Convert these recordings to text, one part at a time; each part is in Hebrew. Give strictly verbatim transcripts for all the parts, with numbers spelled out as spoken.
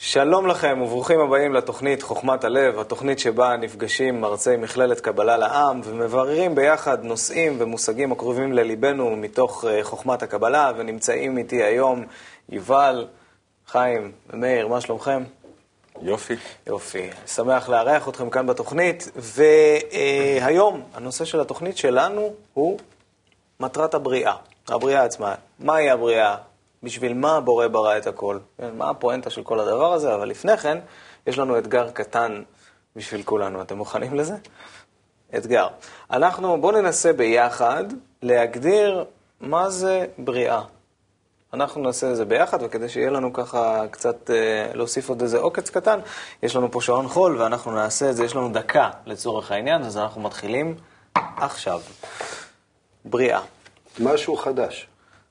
שלום לכם וברוכים הבאים לתוכנית חוכמת הלב, התוכנית שבה נפגשים מרצי מכללת קבלה לעם ומבררים ביחד נושאים ומושגים הקרובים לליבנו מתוך חוכמת הקבלה, ונמצאים איתי היום יובל, חיים ומאיר, מה שלומכם? יופי. יופי. שמח לארח אתכם כאן בתוכנית, והיום הנושא של התוכנית שלנו הוא מטרת הבריאה, הבריאה עצמה. מהי הבריאה? בשביל מה בורא ברא את הכל? מה הפואנטה של כל הדבר הזה? אבל לפני כן, יש לנו אתגר קטן בשביל כולנו. אתם מוכנים לזה? אתגר. אנחנו, בואו ננסה ביחד להגדיר מה זה בריאה. אנחנו נעשה את זה ביחד, וכדי שיהיה לנו ככה קצת, להוסיף עוד איזה עוקץ קטן, יש לנו פה שעון חול, ואנחנו נעשה את זה, יש לנו דקה לצורך העניין, אז אנחנו מתחילים עכשיו. בריאה. משהו חדש.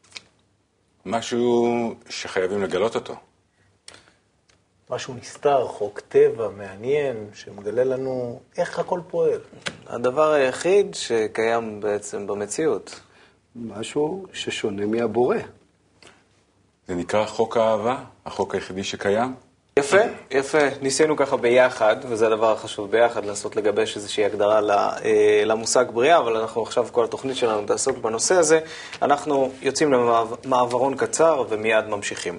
משהו שחייבים לגלות אותו. משהו נסתר, חוק טבע, מעניין, שמגלה לנו איך הכל פועל. הדבר היחיד שקיים בעצם במציאות. משהו ששונה מהבורא. זה נקרא חוק האהבה, החוק היחידי שקיים. יפה, יפה. ניסינו ככה ביחד, וזה הדבר החשוב ביחד, לעשות לגבש איזושהי הגדרה למושג בריאה, אבל אנחנו עכשיו, כל התוכנית שלנו תעסוק בנושא הזה. אנחנו יוצאים למעברון קצר ומיד ממשיכים.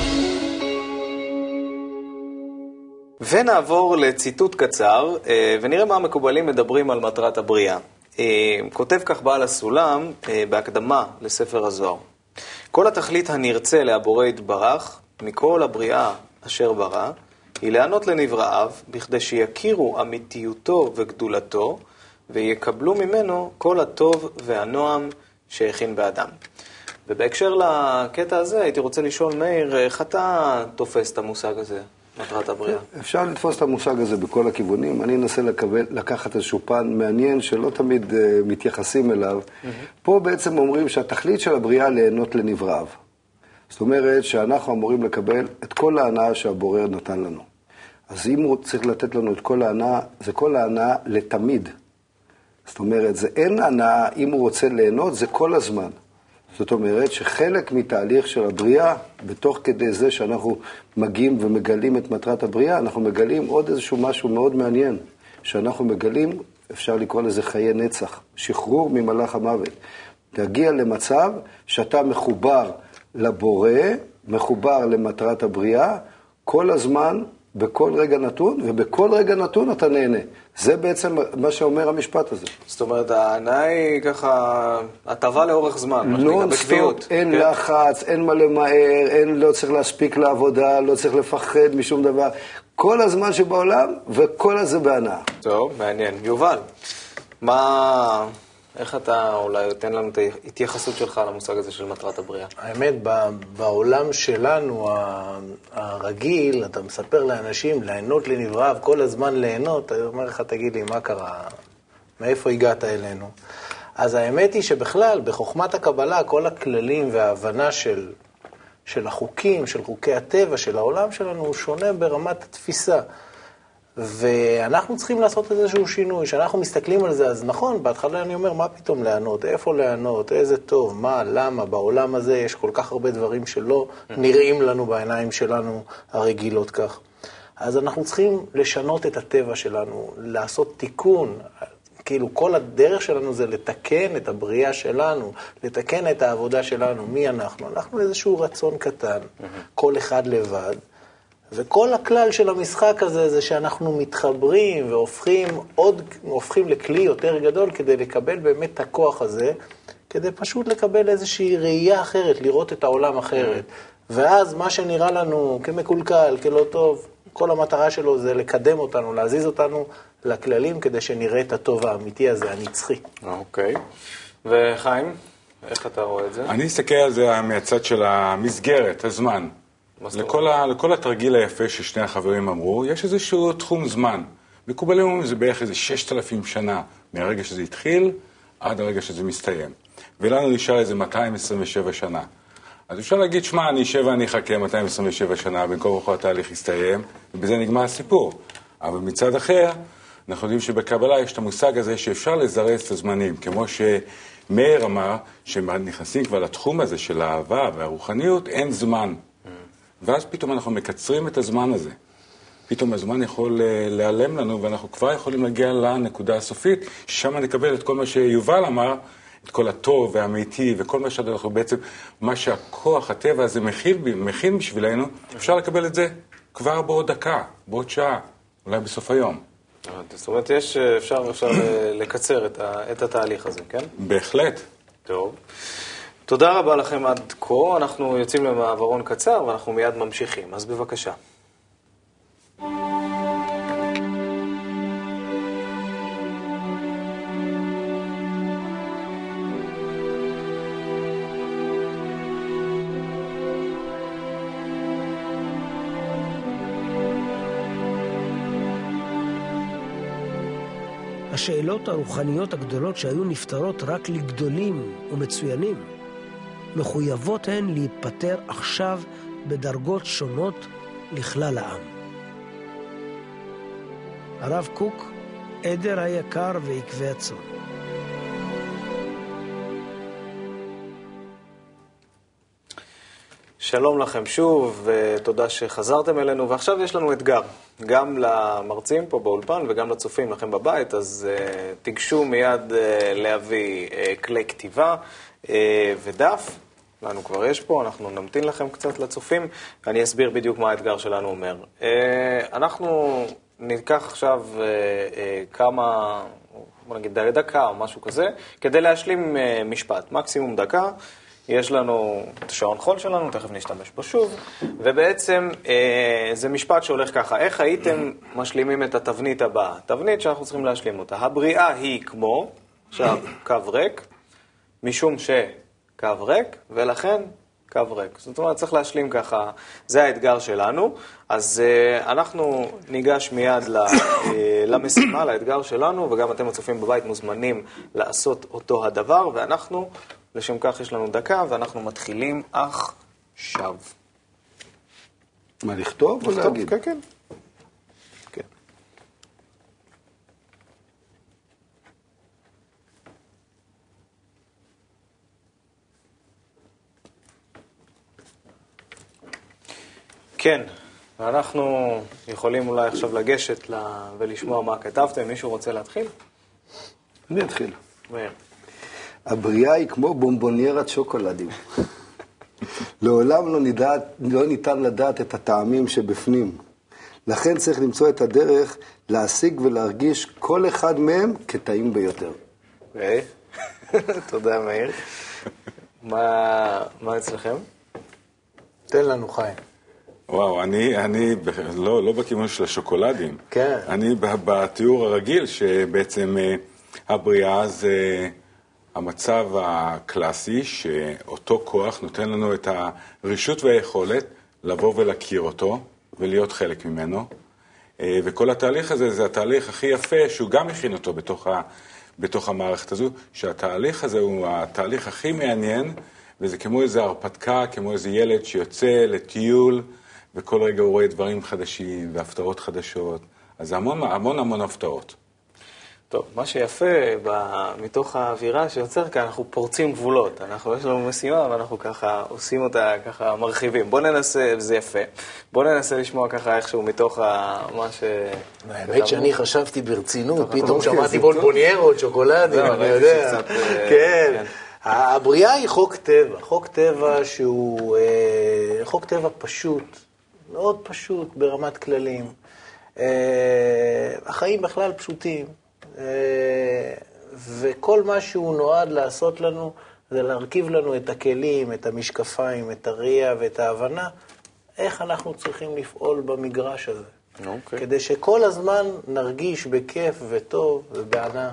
ונעבור לציטוט קצר, ונראה מה המקובלים מדברים על מטרת הבריאה. כותב כך בעל הסולם בהקדמה לספר הזוהר. כל התכלית הנרצה להבורא יתברך, מכל הבריאה אשר ברא, היא לענות לנבראיו, בכדי שיכירו אמיתיותו וגדולתו, ויקבלו ממנו כל הטוב והנועם שהכין באדם. ובהקשר לקטע הזה, הייתי רוצה לשאול, מאיר, איך אתה תופס את המושג הזה, מטרת הבריאה? אפשר לתפוס את המושג הזה בכל הכיוונים. אני אנסה לקבל, לקחת איזשהו פן מעניין שלא תמיד uh, מתייחסים אליו. Mm-hmm. פה בעצם אומרים שהתכלית של הבריאה ליהנות לנבראיו. זאת אומרת שאנחנו אמורים לקבל את כל ההנאה שהבורא נתן לנו. אז אם הוא צריך לתת לנו את כל ההנאה, זה כל ההנאה לתמיד. זאת אומרת, זה אין הנאה, אם הוא רוצה ליהנות, זה כל הזמן. זאת אומרת שחלק מתהליך של הבריאה, בתוך כדי זה שאנחנו מגיעים ומגלים את מטרת הבריאה, אנחנו מגלים עוד איזשהו משהו מאוד מעניין, שאנחנו מגלים, אפשר לקרוא לזה חיי נצח, שחרור ממלאך המוות. להגיע למצב שאתה מחובר לבורא, מחובר למטרת הבריאה, כל הזמן, בכל רגע נתון, ובכל רגע נתון אתה נהנה. זה בעצם מה שאומר המשפט הזה. זאת אומרת, ההנאה היא ככה, הטבה לאורך זמן, מה שנקרא בקביעות. אין כן? לחץ, אין מה למהר, אין, לא צריך להספיק לעבודה, לא צריך לפחד משום דבר. כל הזמן שבעולם, וכל הזה בהנאה. טוב, מעניין. יובל, מה... איך אתה אולי תן לנו את ההתייחסות שלך למושג הזה של מטרת הבריאה? האמת, בעולם שלנו הרגיל, אתה מספר לאנשים ליהנות לנבראיו, כל הזמן ליהנות, אני אומר לך, תגיד לי, מה קרה? מאיפה הגעת אלינו? אז האמת היא שבכלל, בחוכמת הקבלה, כל הכללים וההבנה של, של החוקים, של חוקי הטבע, של העולם שלנו, הוא שונה ברמת התפיסה. ואנחנו צריכים לעשות איזשהו שינוי. כשאנחנו מסתכלים על זה, אז נכון, בהתחלה אני אומר, מה פתאום לענות? איפה לענות? איזה טוב? מה? למה? בעולם הזה יש כל כך הרבה דברים שלא נראים לנו בעיניים שלנו הרגילות כך. אז אנחנו צריכים לשנות את הטבע שלנו, לעשות תיקון. כאילו כל הדרך שלנו זה לתקן את הבריאה שלנו, לתקן את העבודה שלנו. מי אנחנו? אנחנו איזשהו רצון קטן, כל אחד לבד. וכל הכלל של המשחק הזה זה שאנחנו מתחברים והופכים עוד, הופכים לכלי יותר גדול כדי לקבל באמת את הכוח הזה, כדי פשוט לקבל איזושהי ראייה אחרת, לראות את העולם אחרת. ואז מה שנראה לנו כמקולקל, כלא טוב, כל המטרה שלו זה לקדם אותנו, להזיז אותנו לכללים כדי שנראה את הטוב האמיתי הזה, הנצחי. אוקיי. וחיים, איך אתה רואה את זה? אני אסתכל על זה מהצד של המסגרת, הזמן. לכל, ה, לכל התרגיל היפה ששני החברים אמרו, יש איזשהו תחום זמן. מקובלים אומרים, זה בערך איזה ששת אלפים שנה מהרגע שזה התחיל עד הרגע שזה מסתיים. ולנו נשאר איזה מאתיים עשרים ושבע שנה. אז אפשר להגיד, שמה, אני אשב ואני אחכה מאתיים עשרים ושבע שנה, בין כה וכה התהליך יסתיים, ובזה נגמר הסיפור. אבל מצד אחר, אנחנו יודעים שבקבלה יש את המושג הזה שאפשר לזרז את הזמנים, כמו שמאיר אמר, שנכנסים כבר לתחום הזה של האהבה והרוחניות, אין זמן. ואז פתאום אנחנו מקצרים את הזמן הזה. פתאום הזמן יכול להיעלם לנו, ואנחנו כבר יכולים להגיע לנקודה הסופית, ששם נקבל את כל מה שיובל אמר, את כל הטוב והאמיתי, וכל מה שאנחנו בעצם, מה שהכוח, הטבע הזה מכיל, מכין בשבילנו, אפשר לקבל את זה כבר בעוד דקה, בעוד שעה, אולי בסוף היום. זאת אומרת, יש, אפשר, אפשר לקצר את, ה, את התהליך הזה, כן? בהחלט. טוב. תודה רבה לכם עד כה. אנחנו יוצאים למעברון קצר, ואנחנו מיד ממשיכים. אז בבקשה. השאלות הרוחניות הגדולות שהיו נפתרות רק לגדולים ומצוינים, מחויבות הן להיפטר עכשיו בדרגות שונות לכלל העם. הרב קוק, עדר היקר ועקבי הצאן. שלום לכם שוב, ותודה שחזרתם אלינו, ועכשיו יש לנו אתגר, גם למרצים פה באולפן וגם לצופים לכם בבית, אז uh, תיגשו מיד uh, להביא uh, כלי כתיבה uh, ודף, לנו כבר יש פה, אנחנו נמתין לכם קצת לצופים, ואני אסביר בדיוק מה האתגר שלנו אומר. Uh, אנחנו ניקח עכשיו uh, uh, כמה, בוא נגיד דקה או משהו כזה, כדי להשלים uh, משפט, מקסימום דקה, יש לנו את השעון חול שלנו, תכף נשתמש בו שוב, ובעצם אה, זה משפט שהולך ככה, איך הייתם משלימים את התבנית הבאה? תבנית שאנחנו צריכים להשלים אותה. הבריאה היא כמו, עכשיו, קו ריק, משום שקו ריק, ולכן קו ריק. זאת אומרת, צריך להשלים ככה, זה האתגר שלנו, אז אה, אנחנו ניגש מיד ל, אה, למשימה, לאתגר שלנו, וגם אתם הצופים בבית מוזמנים לעשות אותו הדבר, ואנחנו... לשם כך יש לנו דקה, ואנחנו מתחילים עכשיו. מה, לכתוב או להגיד? כן, כן. כן. כן, ואנחנו יכולים אולי עכשיו לגשת ולשמוע מה כתבתם. מישהו רוצה להתחיל? אני אתחיל. מאיר. הבריאה היא כמו בומבוניירת שוקולדים. לעולם לא, נידעת, לא ניתן לדעת את הטעמים שבפנים. לכן צריך למצוא את הדרך להשיג ולהרגיש כל אחד מהם כטעים ביותר. היי, תודה מאיר. מה, מה אצלכם? תן לנו חיים. וואו, אני, אני לא, לא בכיוון של השוקולדים. כן. אני בתיאור הרגיל שבעצם הבריאה זה... המצב הקלאסי שאותו כוח נותן לנו את הרשות והיכולת לבוא ולהכיר אותו ולהיות חלק ממנו. וכל התהליך הזה זה התהליך הכי יפה שהוא גם מכין אותו בתוך, ה, בתוך המערכת הזו, שהתהליך הזה הוא התהליך הכי מעניין, וזה כמו איזו הרפתקה, כמו איזה ילד שיוצא לטיול, וכל רגע הוא רואה דברים חדשים והפתעות חדשות. אז זה המון המון המון הפתעות. טוב, מה שיפה מתוך האווירה שיוצר כאן, אנחנו פורצים גבולות. אנחנו, יש לנו משימה ואנחנו ככה עושים אותה, ככה מרחיבים. בוא ננסה, זה יפה, בוא ננסה לשמוע ככה איכשהו מתוך מה ש... האמת שאני חשבתי ברצינות, פתאום שמעתי בולבוניירות, שוקולדים, אני יודע. כן. הבריאה היא חוק טבע, חוק טבע שהוא חוק טבע פשוט, מאוד פשוט ברמת כללים. החיים בכלל פשוטים. וכל מה שהוא נועד לעשות לנו זה להרכיב לנו את הכלים, את המשקפיים, את הראייה ואת ההבנה איך אנחנו צריכים לפעול במגרש הזה. Okay. כדי שכל הזמן נרגיש בכיף וטוב ובענה.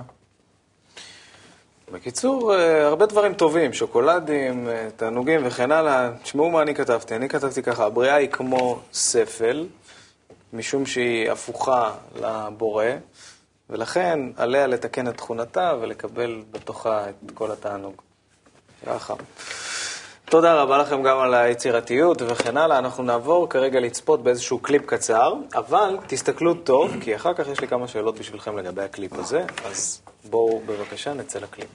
בקיצור, הרבה דברים טובים, שוקולדים, תענוגים וכן הלאה. תשמעו מה אני כתבתי. אני כתבתי ככה, הבריאה היא כמו ספל, משום שהיא הפוכה לבורא, ולכן עליה לתקן את תכונתה ולקבל בתוכה את כל התענוג. ככה. תודה רבה לכם גם על היצירתיות וכן הלאה. אנחנו נעבור כרגע לצפות באיזשהו קליפ קצר, אבל תסתכלו טוב, כי אחר כך יש לי כמה שאלות בשבילכם לגבי הקליפ הזה, אז בואו בבקשה נצא לקליפ.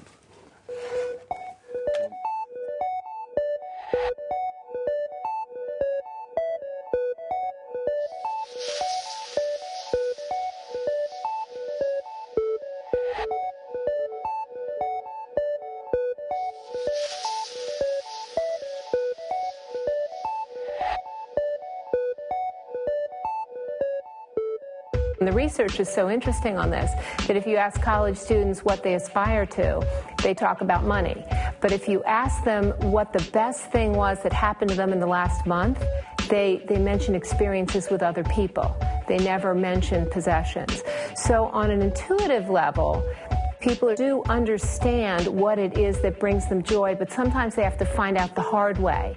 the research is so interesting on this that if you ask college students what they aspire to, they talk about money. But if you ask them what the best thing was that happened to them in the last month, they, they mention experiences with other people. They never mention possessions. So on an intuitive level, people do understand what it is that brings them joy, but sometimes they have to find out the hard way.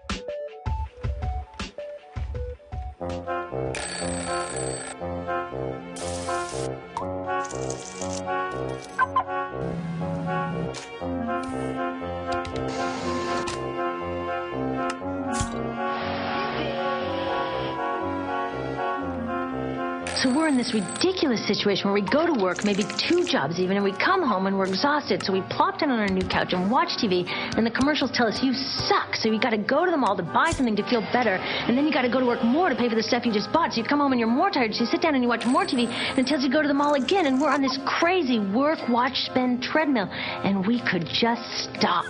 So we're in this ridiculous situation where we go to work, maybe two jobs even, and we come home and we're exhausted. So we plop down on our new couch and watch T V, and the commercials tell us you suck. So you got to go to the mall to buy something to feel better, and then you got to go to work more to pay for the stuff you just bought. So you come home and you're more tired, so you sit down and you watch more T V, and it tells you to go to the mall again. And we're on this crazy work, watch, spend treadmill, and we could just stop.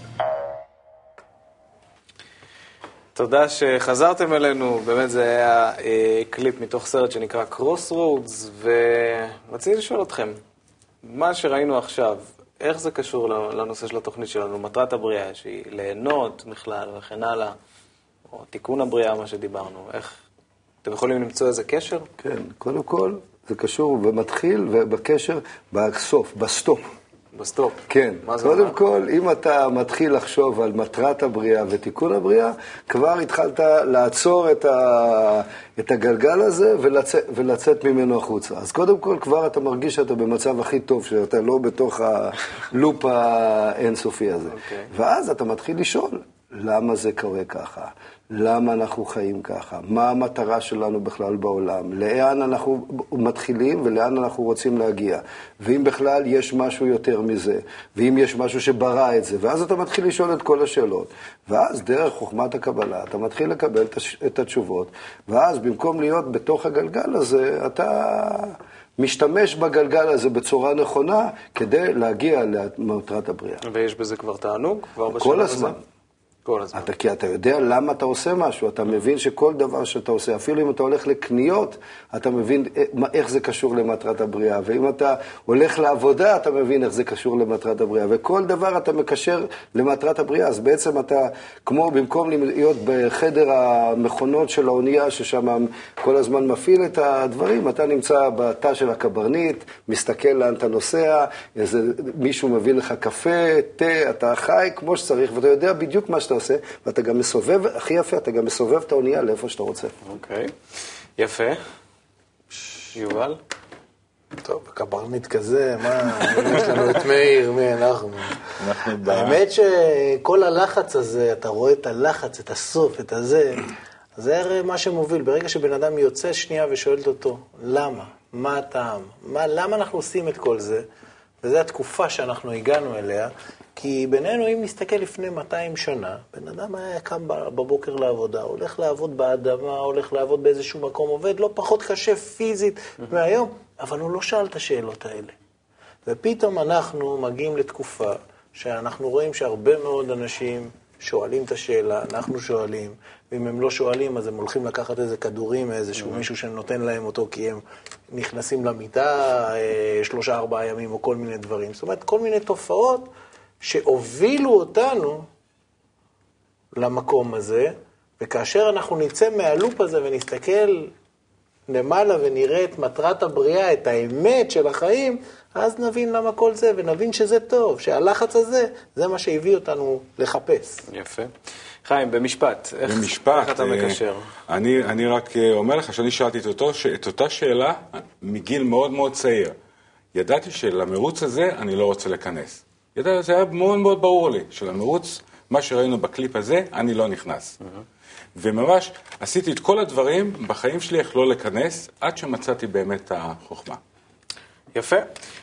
תודה שחזרתם אלינו, באמת זה היה אה, קליפ מתוך סרט שנקרא Crossroads, ורציתי לשאול אתכם, מה שראינו עכשיו, איך זה קשור לנושא של התוכנית שלנו, מטרת הבריאה, שהיא ליהנות בכלל וכן הלאה, או תיקון הבריאה, מה שדיברנו, איך, אתם יכולים למצוא איזה קשר? כן, קודם כל זה קשור ומתחיל ובקשר בסוף, בסטופ. בסטופ. כן. קודם אומר? כל, אם אתה מתחיל לחשוב על מטרת הבריאה ותיקון הבריאה, כבר התחלת לעצור את, ה... את הגלגל הזה ולצ... ולצאת ממנו החוצה. אז קודם כל, כבר אתה מרגיש שאתה במצב הכי טוב, שאתה לא בתוך הלופ האינסופי הזה. Okay. ואז אתה מתחיל לשאול, למה זה קורה ככה? למה אנחנו חיים ככה? מה המטרה שלנו בכלל בעולם? לאן אנחנו מתחילים ולאן אנחנו רוצים להגיע? ואם בכלל יש משהו יותר מזה, ואם יש משהו שברא את זה, ואז אתה מתחיל לשאול את כל השאלות. ואז דרך חוכמת הקבלה אתה מתחיל לקבל את התשובות, ואז במקום להיות בתוך הגלגל הזה, אתה משתמש בגלגל הזה בצורה נכונה כדי להגיע למטרת הבריאה. ויש בזה כבר תענוג? כל הזמן. כל הזמן. אתה, כי אתה יודע למה אתה עושה משהו, אתה מבין שכל דבר שאתה עושה, אפילו אם אתה הולך לקניות, אתה מבין איך זה קשור למטרת הבריאה, ואם אתה הולך לעבודה, אתה מבין איך זה קשור למטרת הבריאה, וכל דבר אתה מקשר למטרת הבריאה, אז בעצם אתה, כמו במקום להיות בחדר המכונות של האונייה, ששם כל הזמן מפעיל את הדברים, אתה נמצא בתא של הקברניט, מסתכל לאן אתה נוסע, איזה, מישהו מביא לך קפה, תה, אתה חי כמו שצריך, ואתה יודע בדיוק מה שאתה עושה, ואתה גם מסובב, הכי יפה, אתה גם מסובב את האונייה לאיפה שאתה רוצה. אוקיי, יפה. יובל? טוב, קברניט כזה, מה, יש לנו את מאיר, מי אנחנו? האמת שכל הלחץ הזה, אתה רואה את הלחץ, את הסוף, את הזה, זה הרי מה שמוביל. ברגע שבן אדם יוצא שנייה ושואלת אותו, למה? מה הטעם? מה, למה אנחנו עושים את כל זה? וזו התקופה שאנחנו הגענו אליה, כי בינינו, אם נסתכל לפני מאתיים שנה, בן אדם היה קם בבוקר לעבודה, הולך לעבוד באדמה, הולך לעבוד באיזשהו מקום, עובד לא פחות קשה פיזית מהיום, אבל הוא לא שאל את השאלות האלה. ופתאום אנחנו מגיעים לתקופה שאנחנו רואים שהרבה מאוד אנשים שואלים את השאלה, אנחנו שואלים, ואם הם לא שואלים, אז הם הולכים לקחת איזה כדורים, איזשהו מישהו שנותן להם אותו, כי הם נכנסים למיטה שלושה, ארבעה ימים, או כל מיני דברים. זאת אומרת, כל מיני תופעות שהובילו אותנו למקום הזה, וכאשר אנחנו נצא מהלופ הזה ונסתכל למעלה ונראה את מטרת הבריאה, את האמת של החיים, אז נבין למה כל זה, ונבין שזה טוב, שהלחץ הזה, זה מה שהביא אותנו לחפש. יפה. חיים, במשפט, איך, במשפט, איך אתה מקשר? אני, אני רק אומר לך שאני שאלתי את, אותו, את אותה שאלה מגיל מאוד מאוד צעיר. ידעתי שלמרוץ הזה אני לא רוצה להיכנס. ידעתי, זה היה מאוד מאוד ברור לי, שלמרוץ, מה שראינו בקליפ הזה, אני לא נכנס. Mm-hmm. וממש עשיתי את כל הדברים בחיים שלי איך לא להיכנס, עד שמצאתי באמת את החוכמה. יפה.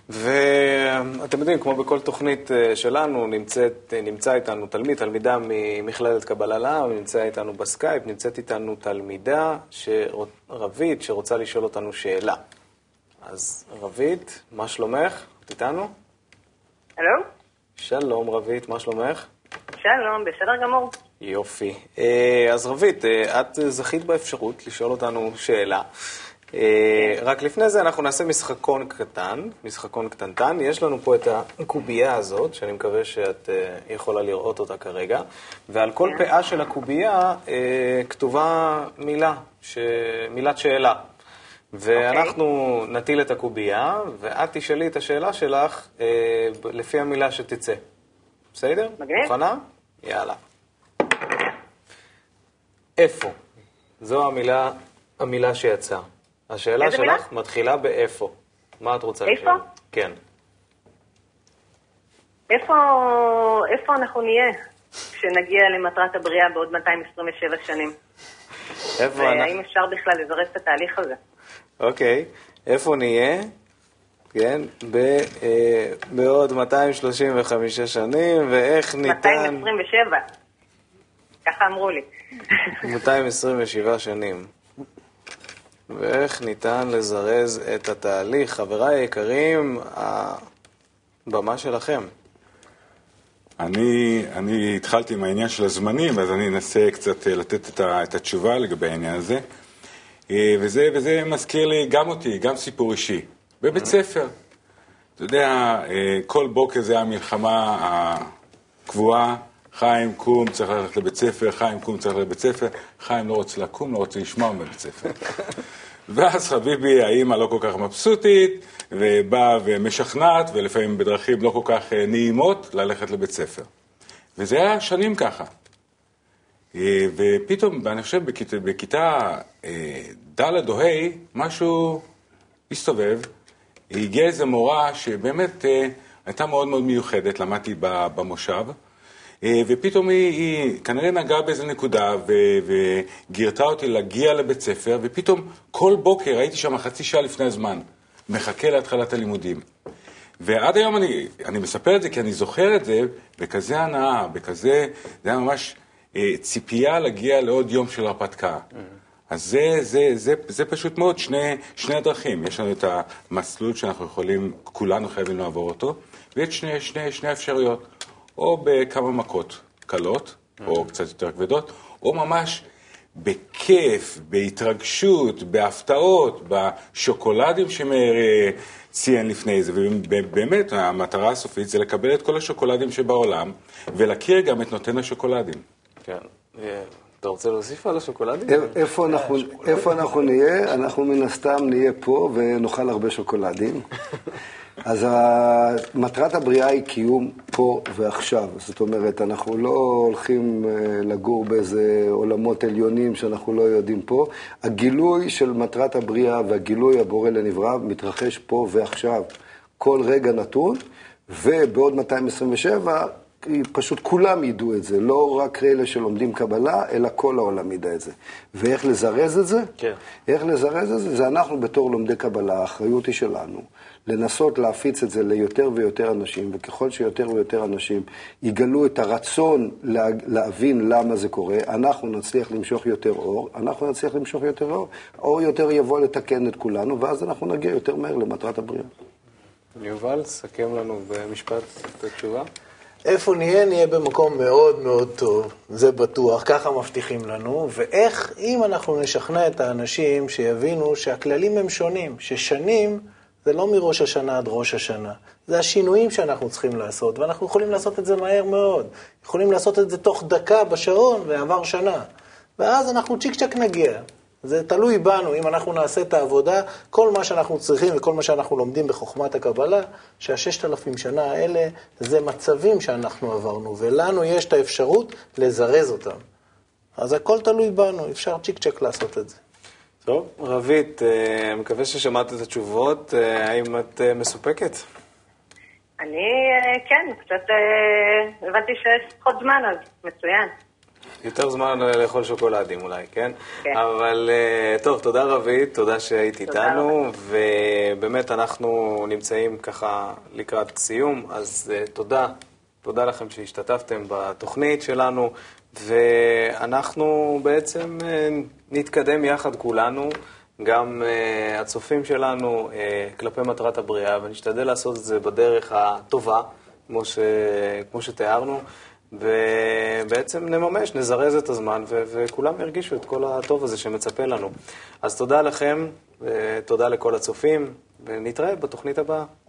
ואתם יודעים, כמו בכל תוכנית שלנו, נמצאת, נמצא איתנו תלמיד, תלמידה ממכללת קבלה לעם, נמצא איתנו בסקייפ, נמצאת איתנו תלמידה רבית שרוצה לשאול אותנו שאלה. אז רבית, מה שלומך? את איתנו? הלו? שלום רבית, מה שלומך? שלום, בסדר גמור. יופי. אז רבית, את זכית באפשרות לשאול אותנו שאלה. רק לפני זה אנחנו נעשה משחקון קטן, משחקון קטנטן. יש לנו פה את הקובייה הזאת, שאני מקווה שאת יכולה לראות אותה כרגע, ועל כל פאה של הקובייה כתובה מילה, מילת שאלה. ואנחנו נטיל את הקובייה, ואת תשאלי את השאלה שלך לפי המילה שתצא. בסדר? מוכנה? יאללה. איפה? זו המילה, המילה שיצאה. השאלה שלך מילה? מתחילה באיפה. מה את רוצה לשאול? איפה? כן. איפה, איפה אנחנו נהיה כשנגיע למטרת הבריאה בעוד מאתיים עשרים ושבע שנים? איפה והאם אנחנו... אפשר בכלל לזרז את התהליך הזה? אוקיי. איפה נהיה? כן, ב, אה, בעוד מאתיים שלושים וחמש שנים, ואיך ניתן... מאתיים עשרים ושבע. ככה אמרו לי. מאתיים עשרים ושבע שנים. ואיך ניתן לזרז את התהליך? חבריי היקרים, הבמה שלכם. אני, אני התחלתי עם העניין של הזמנים, אז אני אנסה קצת לתת את, ה, את התשובה לגבי העניין הזה. וזה, וזה מזכיר לי גם אותי, גם סיפור אישי. בבית ספר. אתה יודע, כל בוקר זה המלחמה הקבועה, חיים קום צריך ללכת לבית ספר, חיים קום צריך ללכת לבית ספר, חיים לא רוצה לקום, לא רוצה לשמוע מבית ספר. ואז חביבי, האמא לא כל כך מבסוטית, ובאה ומשכנעת, ולפעמים בדרכים לא כל כך נעימות, ללכת לבית ספר. וזה היה שנים ככה. ופתאום, אני חושב, בכיתה, בכיתה ד' או ה', משהו הסתובב, הגיעה איזו מורה שבאמת הייתה מאוד מאוד מיוחדת, למדתי במושב, ופתאום היא, היא כנראה נגעה באיזו נקודה וגירתה אותי להגיע לבית ספר, ופתאום כל בוקר הייתי שם חצי שעה לפני הזמן, מחכה להתחלת הלימודים. ועד היום אני, אני מספר את זה כי אני זוכר את זה בכזה הנאה, בכזה, זה היה ממש ציפייה להגיע לעוד יום של הרפתקה. אז זה, זה, זה, זה פשוט מאוד שני, שני הדרכים. יש לנו את המסלול שאנחנו יכולים, כולנו חייבים לעבור אותו, ויש שני, שני, שני אפשרויות. או בכמה מכות קלות, או קצת יותר כבדות, או ממש בכיף, בהתרגשות, בהפתעות, בשוקולדים שמאיר ציין לפני זה. ובאמת, המטרה הסופית זה לקבל את כל השוקולדים שבעולם, ולהכיר גם את נותן השוקולדים. כן. אתה רוצה להוסיף על השוקולדים? איפה אנחנו, איפה אנחנו נהיה? אנחנו מן הסתם נהיה פה ונאכל הרבה שוקולדים. אז מטרת הבריאה היא קיום פה ועכשיו. זאת אומרת, אנחנו לא הולכים לגור באיזה עולמות עליונים שאנחנו לא יודעים פה. הגילוי של מטרת הבריאה והגילוי הבורא לנברא מתרחש פה ועכשיו. כל רגע נתון, ובעוד מאתיים עשרים ושבע פשוט כולם ידעו את זה, לא רק אלה שלומדים קבלה, אלא כל העולם ידע את זה. ואיך לזרז את זה? כן. איך לזרז את זה? זה אנחנו בתור לומדי קבלה, האחריות היא שלנו, לנסות להפיץ את זה ליותר ויותר אנשים, וככל שיותר ויותר אנשים יגלו את הרצון לה, להבין למה זה קורה, אנחנו נצליח למשוך יותר אור, אנחנו נצליח למשוך יותר אור, אור יותר יבוא לתקן את כולנו, ואז אנחנו נגיע יותר מהר למטרת הבריאה. יובל, סכם לנו במשפט את התשובה. איפה נהיה? נהיה במקום מאוד מאוד טוב, זה בטוח, ככה מבטיחים לנו, ואיך אם אנחנו נשכנע את האנשים שיבינו שהכללים הם שונים, ששנים זה לא מראש השנה עד ראש השנה, זה השינויים שאנחנו צריכים לעשות, ואנחנו יכולים לעשות את זה מהר מאוד, יכולים לעשות את זה תוך דקה בשעון ועבר שנה, ואז אנחנו צ'יק צ'ק נגיע. זה תלוי בנו, אם אנחנו נעשה את העבודה, כל מה שאנחנו צריכים וכל מה שאנחנו לומדים בחוכמת הקבלה, שהששת אלפים שנה האלה זה מצבים שאנחנו עברנו, ולנו יש את האפשרות לזרז אותם. אז הכל תלוי בנו, אפשר צ'יק צ'ק לעשות את זה. טוב, רבית, אני מקווה ששמעת את התשובות, האם את מסופקת? אני, כן, קצת הבנתי שיש פחות זמן, אז מצוין. יותר זמן לאכול שוקולדים אולי, כן? כן. אבל טוב, תודה רבית, תודה שהיית איתנו, ובאמת אנחנו נמצאים ככה לקראת סיום, אז תודה, תודה לכם שהשתתפתם בתוכנית שלנו, ואנחנו בעצם נתקדם יחד כולנו, גם הצופים שלנו כלפי מטרת הבריאה, ונשתדל לעשות את זה בדרך הטובה, כמו ש... כמו שתיארנו, ובעצם נממש, נזרז את הזמן, ו- וכולם ירגישו את כל הטוב הזה שמצפה לנו. אז תודה לכם, ותודה לכל הצופים, ונתראה בתוכנית הבאה.